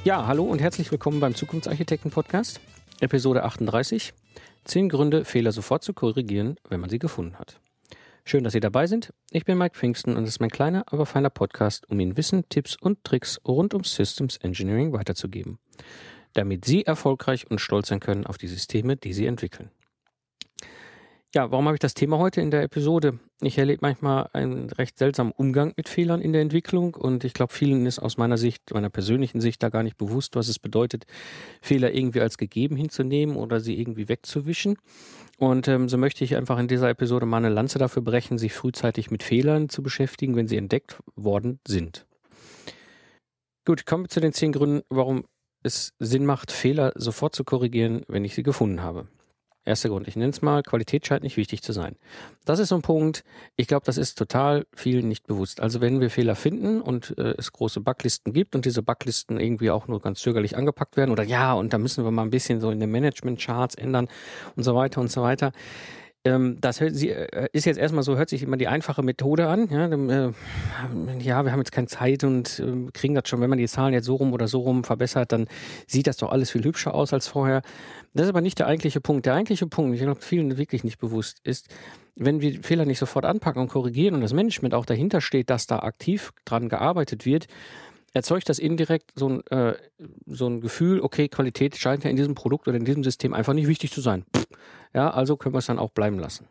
Ja, hallo und herzlich willkommen beim Zukunftsarchitekten-Podcast, Episode 38. 10 Gründe, Fehler sofort zu korrigieren, wenn man sie gefunden hat. Schön, dass Sie dabei sind. Ich bin Mike Pfingsten und es ist mein kleiner, aber feiner Podcast, um Ihnen Wissen, Tipps und Tricks rund um Systems Engineering weiterzugeben, damit Sie erfolgreich und stolz sein können auf die Systeme, die Sie entwickeln. Ja, warum habe ich das Thema heute in der Episode? Ich erlebe manchmal einen recht seltsamen Umgang mit Fehlern in der Entwicklung und ich glaube, vielen ist aus meiner persönlichen Sicht da gar nicht bewusst, was es bedeutet, Fehler irgendwie als gegeben hinzunehmen oder sie irgendwie wegzuwischen. Und so möchte ich einfach in dieser Episode mal eine Lanze dafür brechen, sich frühzeitig mit Fehlern zu beschäftigen, wenn sie entdeckt worden sind. Gut, kommen wir zu den 10 Gründen, warum es Sinn macht, Fehler sofort zu korrigieren, wenn ich sie gefunden habe. Erster Grund, ich nenne es mal, Qualität scheint nicht wichtig zu sein. Das ist so ein Punkt, ich glaube, das ist total vielen nicht bewusst. Also wenn wir Fehler finden und es große Buglisten gibt und diese Buglisten irgendwie auch nur ganz zögerlich angepackt werden oder ja, und da müssen wir mal ein bisschen so in den Management-Charts ändern und so weiter und so weiter. Das ist jetzt erstmal so, hört sich immer die einfache Methode an. Ja, wir haben jetzt keine Zeit und kriegen das schon, wenn man die Zahlen jetzt so rum oder so rum verbessert, dann sieht das doch alles viel hübscher aus als vorher. Das ist aber nicht der eigentliche Punkt. Der eigentliche Punkt, ich glaube, vielen wirklich nicht bewusst, ist, wenn wir Fehler nicht sofort anpacken und korrigieren und das Management auch dahinter steht, dass da aktiv dran gearbeitet wird, erzeugt das indirekt so ein Gefühl, okay, Qualität scheint ja in diesem Produkt oder in diesem System einfach nicht wichtig zu sein. Ja, also können wir es dann auch bleiben lassen.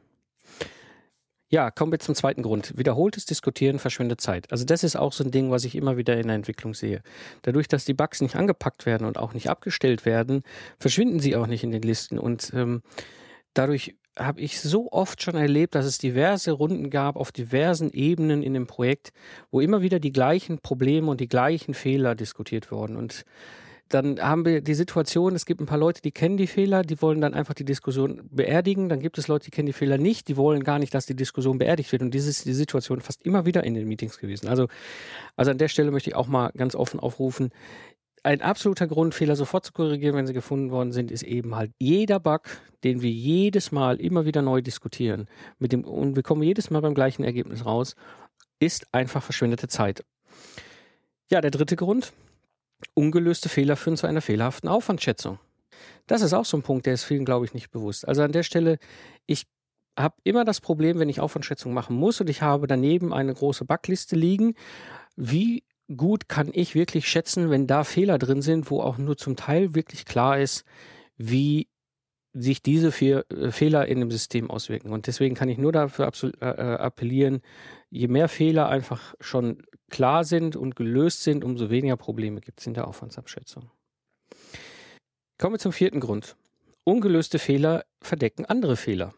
Ja, kommen wir zum zweiten Grund. Wiederholtes Diskutieren verschwendet Zeit. Also das ist auch so ein Ding, was ich immer wieder in der Entwicklung sehe. Dadurch, dass die Bugs nicht angepackt werden und auch nicht abgestellt werden, verschwinden sie auch nicht in den Listen. Und dadurch habe ich so oft schon erlebt, dass es diverse Runden gab auf diversen Ebenen in dem Projekt, wo immer wieder die gleichen Probleme und die gleichen Fehler diskutiert wurden. Und dann haben wir die Situation, es gibt ein paar Leute, die kennen die Fehler, die wollen dann einfach die Diskussion beerdigen. Dann gibt es Leute, die kennen die Fehler nicht, die wollen gar nicht, dass die Diskussion beerdigt wird. Und das ist die Situation fast immer wieder in den Meetings gewesen. Also an der Stelle möchte ich auch mal ganz offen aufrufen, ein absoluter Grund, Fehler sofort zu korrigieren, wenn sie gefunden worden sind, ist eben halt jeder Bug, den wir jedes Mal immer wieder neu diskutieren, und wir kommen jedes Mal beim gleichen Ergebnis raus, ist einfach verschwendete Zeit. Ja, der dritte Grund, ungelöste Fehler führen zu einer fehlerhaften Aufwandschätzung. Das ist auch so ein Punkt, der ist vielen, glaube ich, nicht bewusst. Also an der Stelle, ich habe immer das Problem, wenn ich Aufwandschätzung machen muss und ich habe daneben eine große Bugliste liegen, wie gut kann ich wirklich schätzen, wenn da Fehler drin sind, wo auch nur zum Teil wirklich klar ist, wie sich diese Fehler in dem System auswirken. Und deswegen kann ich nur dafür appellieren, je mehr Fehler einfach schon klar sind und gelöst sind, umso weniger Probleme gibt es in der Aufwandsabschätzung. Kommen wir zum vierten Grund. Ungelöste Fehler verdecken andere Fehler.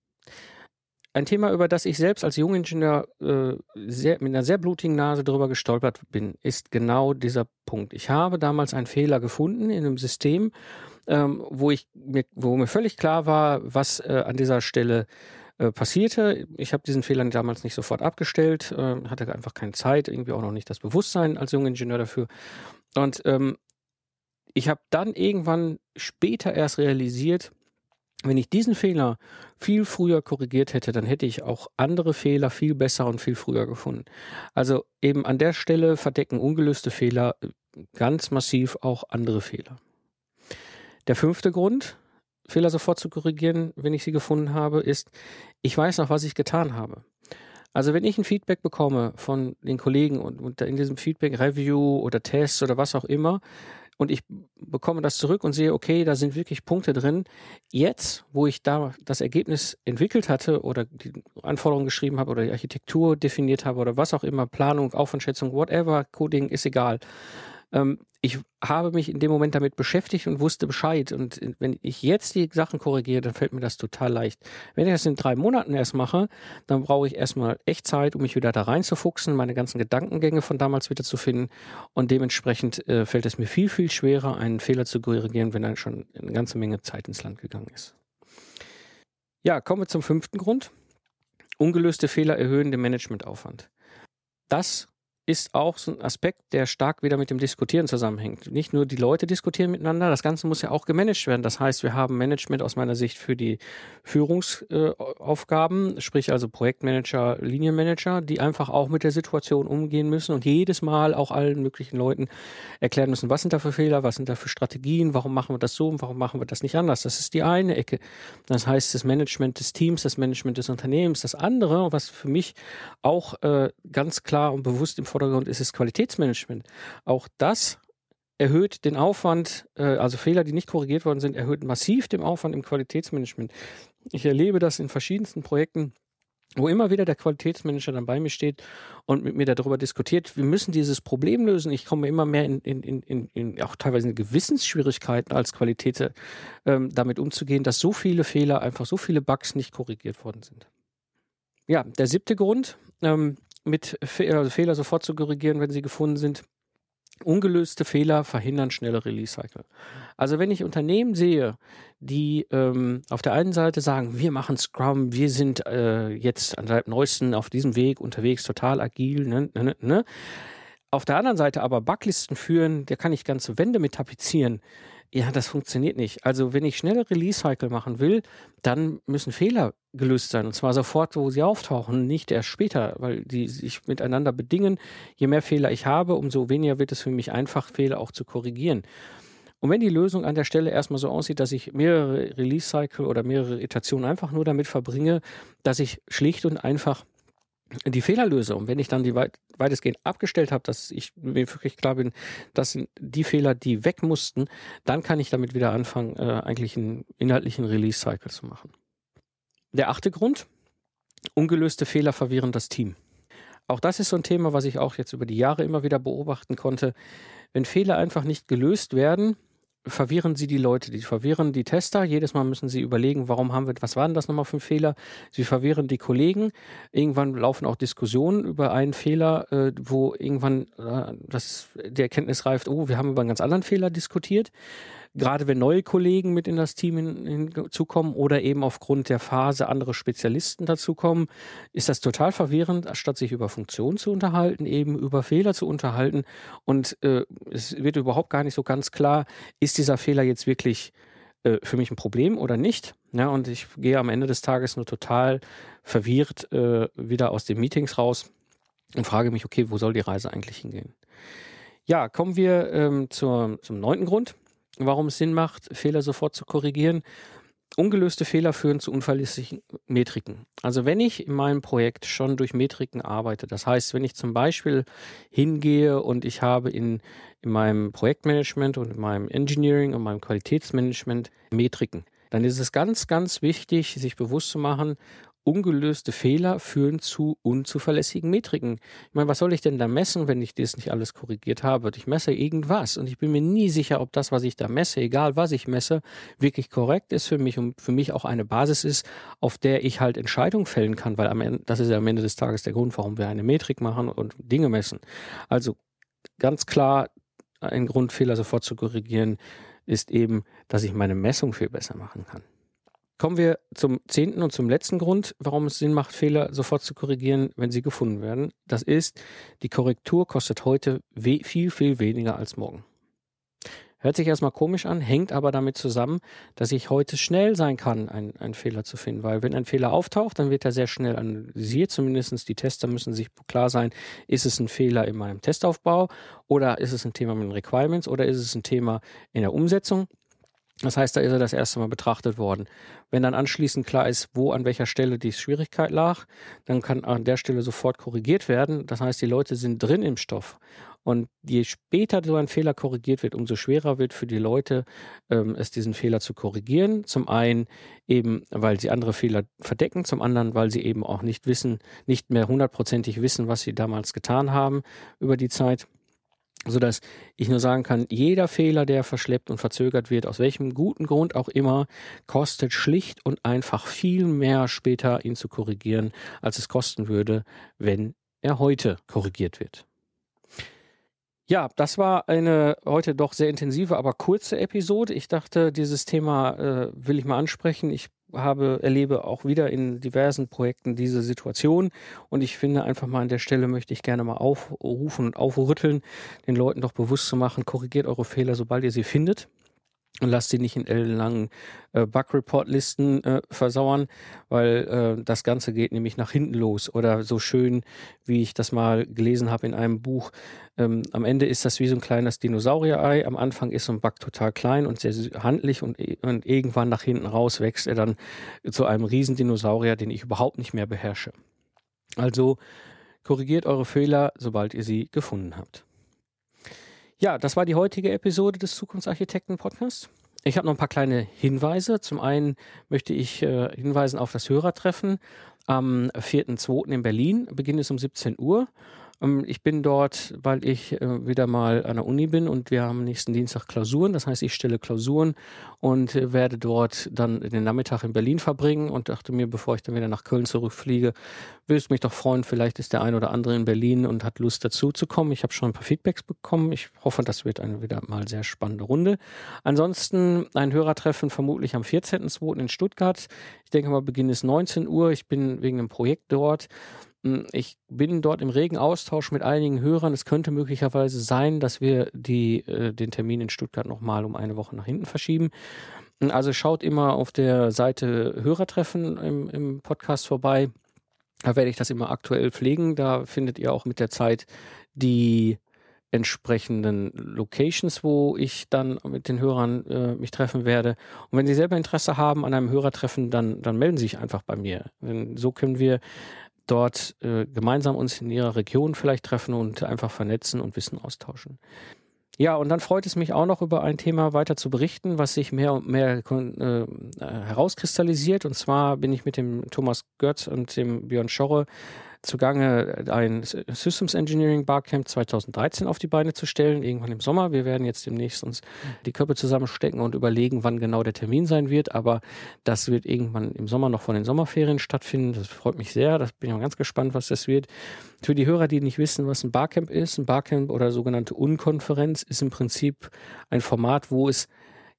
Ein Thema, über das ich selbst als Jungingenieur mit einer sehr blutigen Nase drüber gestolpert bin, ist genau dieser Punkt. Ich habe damals einen Fehler gefunden in einem System, wo mir völlig klar war, was an dieser Stelle passierte. Ich habe diesen Fehler damals nicht sofort abgestellt, hatte einfach keine Zeit, irgendwie auch noch nicht das Bewusstsein als Jungingenieur dafür. Und ich habe dann irgendwann später erst realisiert, wenn ich diesen Fehler viel früher korrigiert hätte, dann hätte ich auch andere Fehler viel besser und viel früher gefunden. Also eben an der Stelle verdecken ungelöste Fehler ganz massiv auch andere Fehler. Der fünfte Grund, Fehler sofort zu korrigieren, wenn ich sie gefunden habe, ist, ich weiß noch, was ich getan habe. Also wenn ich ein Feedback bekomme von den Kollegen und in diesem Feedback Review oder Tests oder was auch immer, und ich bekomme das zurück und sehe, okay, da sind wirklich Punkte drin. Jetzt, wo ich da das Ergebnis entwickelt hatte oder die Anforderungen geschrieben habe oder die Architektur definiert habe oder was auch immer, Planung, Aufwandschätzung, whatever, Coding, ist egal. Ich habe mich in dem Moment damit beschäftigt und wusste Bescheid. Und wenn ich jetzt die Sachen korrigiere, dann fällt mir das total leicht. Wenn ich das in 3 Monaten erst mache, dann brauche ich erstmal echt Zeit, um mich wieder da reinzufuchsen, meine ganzen Gedankengänge von damals wieder zu finden. Und dementsprechend fällt es mir viel, viel schwerer, einen Fehler zu korrigieren, wenn dann schon eine ganze Menge Zeit ins Land gegangen ist. Ja, kommen wir zum 5. Grund. Ungelöste Fehler erhöhen den Managementaufwand. Das ist auch so ein Aspekt, der stark wieder mit dem Diskutieren zusammenhängt. Nicht nur die Leute diskutieren miteinander, das Ganze muss ja auch gemanagt werden. Das heißt, wir haben Management aus meiner Sicht für die Führungsaufgaben, sprich also Projektmanager, Linienmanager, die einfach auch mit der Situation umgehen müssen und jedes Mal auch allen möglichen Leuten erklären müssen, was sind da für Fehler, was sind da für Strategien, warum machen wir das so und warum machen wir das nicht anders. Das ist die eine Ecke. Das heißt, das Management des Teams, das Management des Unternehmens. Das andere, was für mich auch ganz klar und bewusst im Vordergrund ist, ist Qualitätsmanagement. Auch das erhöht den Aufwand, also Fehler, die nicht korrigiert worden sind, erhöht massiv den Aufwand im Qualitätsmanagement. Ich erlebe das in verschiedensten Projekten, wo immer wieder der Qualitätsmanager dann bei mir steht und mit mir darüber diskutiert, wir müssen dieses Problem lösen. Ich komme immer mehr in auch teilweise in Gewissensschwierigkeiten als Qualität damit umzugehen, dass so viele Fehler, einfach so viele Bugs nicht korrigiert worden sind. Ja, der 7. Grund, also Fehler sofort zu korrigieren, wenn sie gefunden sind. Ungelöste Fehler verhindern schnelle Release-Cycle. Also wenn ich Unternehmen sehe, die auf der einen Seite sagen, wir machen Scrum, wir sind jetzt seit neuestem auf diesem Weg unterwegs, total agil, ne. Auf der anderen Seite aber Buglisten führen, da kann ich ganze Wände mit tapezieren. Ja, das funktioniert nicht. Also wenn ich schnelle Release-Cycle machen will, dann müssen Fehler gelöst sein. Und zwar sofort, wo sie auftauchen, nicht erst später, weil die sich miteinander bedingen. Je mehr Fehler ich habe, umso weniger wird es für mich einfach, Fehler auch zu korrigieren. Und wenn die Lösung an der Stelle erstmal so aussieht, dass ich mehrere Release-Cycle oder mehrere Iterationen einfach nur damit verbringe, dass ich schlicht und einfach die Fehler löse. Und wenn ich dann die weitestgehend abgestellt habe, dass ich mir wirklich klar bin, das sind die Fehler, die weg mussten, dann kann ich damit wieder anfangen, eigentlich einen inhaltlichen Release-Cycle zu machen. Der 8. Grund, ungelöste Fehler verwirren das Team. Auch das ist so ein Thema, was ich auch jetzt über die Jahre immer wieder beobachten konnte. Wenn Fehler einfach nicht gelöst werden, verwirren sie die Leute, die verwirren die Tester. Jedes Mal müssen sie überlegen, was war denn das nochmal für ein Fehler? Sie verwirren die Kollegen. Irgendwann laufen auch Diskussionen über einen Fehler, wo irgendwann die Erkenntnis reift, wir haben über einen ganz anderen Fehler diskutiert. Gerade wenn neue Kollegen mit in das Team hinzukommen oder eben aufgrund der Phase andere Spezialisten dazukommen, ist das total verwirrend, statt sich über Funktionen zu unterhalten, eben über Fehler zu unterhalten. Und es wird überhaupt gar nicht so ganz klar, ist dieser Fehler jetzt wirklich für mich ein Problem oder nicht? Ja, und ich gehe am Ende des Tages nur total verwirrt wieder aus den Meetings raus und frage mich, okay, wo soll die Reise eigentlich hingehen? Ja, kommen wir zum 9. Grund, warum es Sinn macht, Fehler sofort zu korrigieren. Ungelöste Fehler führen zu unverlässlichen Metriken. Also wenn ich in meinem Projekt schon durch Metriken arbeite, das heißt, wenn ich zum Beispiel hingehe und ich habe in meinem Projektmanagement und in meinem Engineering und meinem Qualitätsmanagement Metriken, dann ist es ganz, ganz wichtig, sich bewusst zu machen, ungelöste Fehler führen zu unzuverlässigen Metriken. Ich meine, was soll ich denn da messen, wenn ich das nicht alles korrigiert habe? Ich messe irgendwas und ich bin mir nie sicher, ob das, was ich da messe, egal was ich messe, wirklich korrekt ist für mich und für mich auch eine Basis ist, auf der ich halt Entscheidungen fällen kann, weil das ist ja am Ende des Tages der Grund, warum wir eine Metrik machen und Dinge messen. Also ganz klar, ein Grund, Fehler sofort zu korrigieren, ist eben, dass ich meine Messung viel besser machen kann. Kommen wir zum 10. und zum letzten Grund, warum es Sinn macht, Fehler sofort zu korrigieren, wenn sie gefunden werden. Das ist, die Korrektur kostet heute viel, viel weniger als morgen. Hört sich erstmal komisch an, hängt aber damit zusammen, dass ich heute schnell sein kann, einen Fehler zu finden. Weil wenn ein Fehler auftaucht, dann wird er sehr schnell analysiert. Zumindest die Tester müssen sich klar sein, ist es ein Fehler in meinem Testaufbau oder ist es ein Thema mit den Requirements oder ist es ein Thema in der Umsetzung. Das heißt, da ist er das erste Mal betrachtet worden. Wenn dann anschließend klar ist, wo an welcher Stelle die Schwierigkeit lag, dann kann an der Stelle sofort korrigiert werden. Das heißt, die Leute sind drin im Stoff. Und je später so ein Fehler korrigiert wird, umso schwerer wird für die Leute, es diesen Fehler zu korrigieren. Zum einen eben, weil sie andere Fehler verdecken, zum anderen, weil sie eben auch nicht mehr 100%ig wissen, was sie damals getan haben über die Zeit. Sodass ich nur sagen kann, jeder Fehler, der verschleppt und verzögert wird, aus welchem guten Grund auch immer, kostet schlicht und einfach viel mehr später, ihn zu korrigieren, als es kosten würde, wenn er heute korrigiert wird. Ja, das war eine heute doch sehr intensive, aber kurze Episode. Ich dachte, dieses Thema will ich mal ansprechen. Ich erlebe auch wieder in diversen Projekten diese Situation und ich finde einfach mal an der Stelle möchte ich gerne mal aufrufen und aufrütteln, den Leuten doch bewusst zu machen, korrigiert eure Fehler, sobald ihr sie findet. Und lasst sie nicht in ellenlangen Bug-Report-Listen versauern, weil das Ganze geht nämlich nach hinten los. Oder so schön, wie ich das mal gelesen habe in einem Buch, am Ende ist das wie so ein kleines Dinosaurier-Ei. Am Anfang ist so ein Bug total klein und sehr handlich und irgendwann nach hinten raus wächst er dann zu einem Riesendinosaurier, den ich überhaupt nicht mehr beherrsche. Also korrigiert eure Fehler, sobald ihr sie gefunden habt. Ja, das war die heutige Episode des Zukunftsarchitekten-Podcasts. Ich habe noch ein paar kleine Hinweise. Zum einen möchte ich hinweisen auf das Hörertreffen am 4.2. in Berlin. Beginn ist um 17 Uhr. Ich bin dort, weil ich wieder mal an der Uni bin und wir haben nächsten Dienstag Klausuren. Das heißt, ich stelle Klausuren und werde dort dann den Nachmittag in Berlin verbringen und dachte mir, bevor ich dann wieder nach Köln zurückfliege, würde es mich doch freuen, vielleicht ist der ein oder andere in Berlin und hat Lust dazu zu kommen. Ich habe schon ein paar Feedbacks bekommen. Ich hoffe, das wird eine wieder mal sehr spannende Runde. Ansonsten ein Hörertreffen vermutlich am 14.2. in Stuttgart. Ich denke mal, Beginn ist 19 Uhr. Ich bin wegen einem Projekt dort. Ich bin dort im regen Austausch mit einigen Hörern. Es könnte möglicherweise sein, dass wir den Termin in Stuttgart nochmal um eine Woche nach hinten verschieben. Also schaut immer auf der Seite Hörertreffen im Podcast vorbei. Da werde ich das immer aktuell pflegen. Da findet ihr auch mit der Zeit die entsprechenden Locations, wo ich dann mit den Hörern mich treffen werde. Und wenn Sie selber Interesse haben an einem Hörertreffen, dann melden Sie sich einfach bei mir. Denn so können wir dort gemeinsam uns in ihrer Region vielleicht treffen und einfach vernetzen und Wissen austauschen. Ja, und dann freut es mich auch noch, über ein Thema weiter zu berichten, was sich mehr und mehr herauskristallisiert. Und zwar bin ich mit dem Thomas Götz und dem Björn Schorre zugange, ein Systems Engineering Barcamp 2013 auf die Beine zu stellen, irgendwann im Sommer. Wir werden jetzt demnächst uns die Köpfe zusammenstecken und überlegen, wann genau der Termin sein wird, aber das wird irgendwann im Sommer noch von den Sommerferien stattfinden. Das freut mich sehr, da bin ich auch ganz gespannt, was das wird. Für die Hörer, die nicht wissen, was ein Barcamp oder sogenannte Unkonferenz ist im Prinzip ein Format, wo es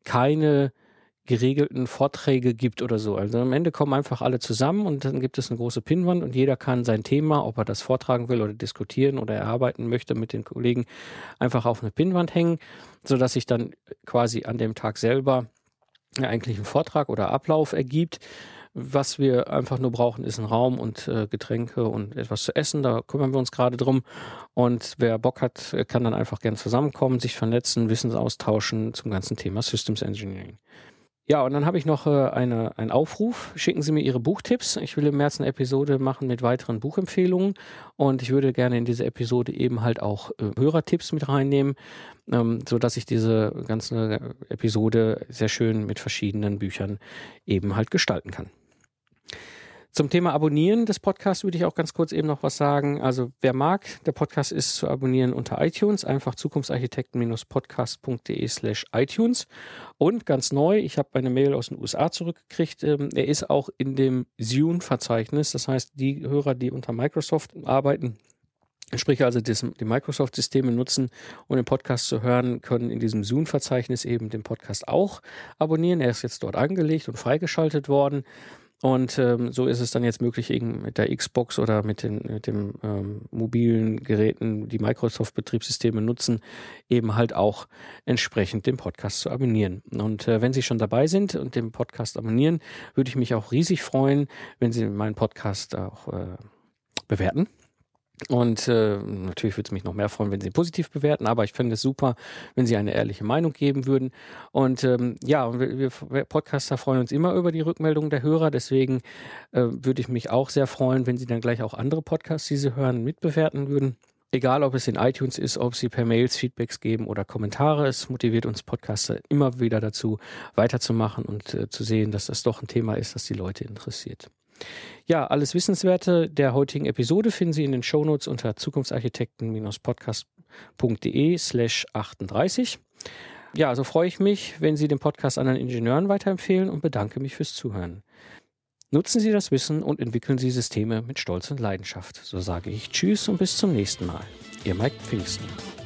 keine geregelten Vorträge gibt oder so. Also am Ende kommen einfach alle zusammen und dann gibt es eine große Pinnwand und jeder kann sein Thema, ob er das vortragen will oder diskutieren oder erarbeiten möchte mit den Kollegen, einfach auf eine Pinnwand hängen, sodass sich dann quasi an dem Tag selber eigentlich ein Vortrag oder Ablauf ergibt. Was wir einfach nur brauchen, ist ein Raum und Getränke und etwas zu essen. Da kümmern wir uns gerade drum. Und wer Bock hat, kann dann einfach gerne zusammenkommen, sich vernetzen, Wissen austauschen zum ganzen Thema Systems Engineering. Ja, und dann habe ich noch einen Aufruf. Schicken Sie mir Ihre Buchtipps. Ich will im März eine Episode machen mit weiteren Buchempfehlungen und ich würde gerne in diese Episode eben halt auch Hörertipps mit reinnehmen, sodass ich diese ganze Episode sehr schön mit verschiedenen Büchern eben halt gestalten kann. Zum Thema Abonnieren des Podcasts würde ich auch ganz kurz eben noch was sagen. Also wer mag, der Podcast ist zu abonnieren unter iTunes, einfach zukunftsarchitekten-podcast.de/iTunes. Und ganz neu, ich habe eine Mail aus den USA zurückgekriegt, er ist auch in dem Zune-Verzeichnis. Das heißt, die Hörer, die unter Microsoft arbeiten, sprich also die Microsoft-Systeme nutzen, um den Podcast zu hören, können in diesem Zune-Verzeichnis eben den Podcast auch abonnieren. Er ist jetzt dort angelegt und freigeschaltet worden. Und so ist es dann jetzt möglich, eben mit der Xbox oder mit den mobilen Geräten, die Microsoft-Betriebssysteme nutzen, eben halt auch entsprechend den Podcast zu abonnieren. Und wenn Sie schon dabei sind und den Podcast abonnieren, würde ich mich auch riesig freuen, wenn Sie meinen Podcast auch bewerten. Und natürlich würde es mich noch mehr freuen, wenn Sie ihn positiv bewerten, aber ich fände es super, wenn Sie eine ehrliche Meinung geben würden. Und wir Podcaster freuen uns immer über die Rückmeldung der Hörer, deswegen würde ich mich auch sehr freuen, wenn Sie dann gleich auch andere Podcasts, die Sie hören, mitbewerten würden. Egal, ob es in iTunes ist, ob Sie per Mails Feedbacks geben oder Kommentare, es motiviert uns Podcaster immer wieder dazu, weiterzumachen und zu sehen, dass das doch ein Thema ist, das die Leute interessiert. Ja, alles Wissenswerte der heutigen Episode finden Sie in den Shownotes unter zukunftsarchitekten-podcast.de/38. Ja, so freue ich mich, wenn Sie den Podcast anderen Ingenieuren weiterempfehlen und bedanke mich fürs Zuhören. Nutzen Sie das Wissen und entwickeln Sie Systeme mit Stolz und Leidenschaft. So sage ich Tschüss und bis zum nächsten Mal. Ihr Mike Pfingsten.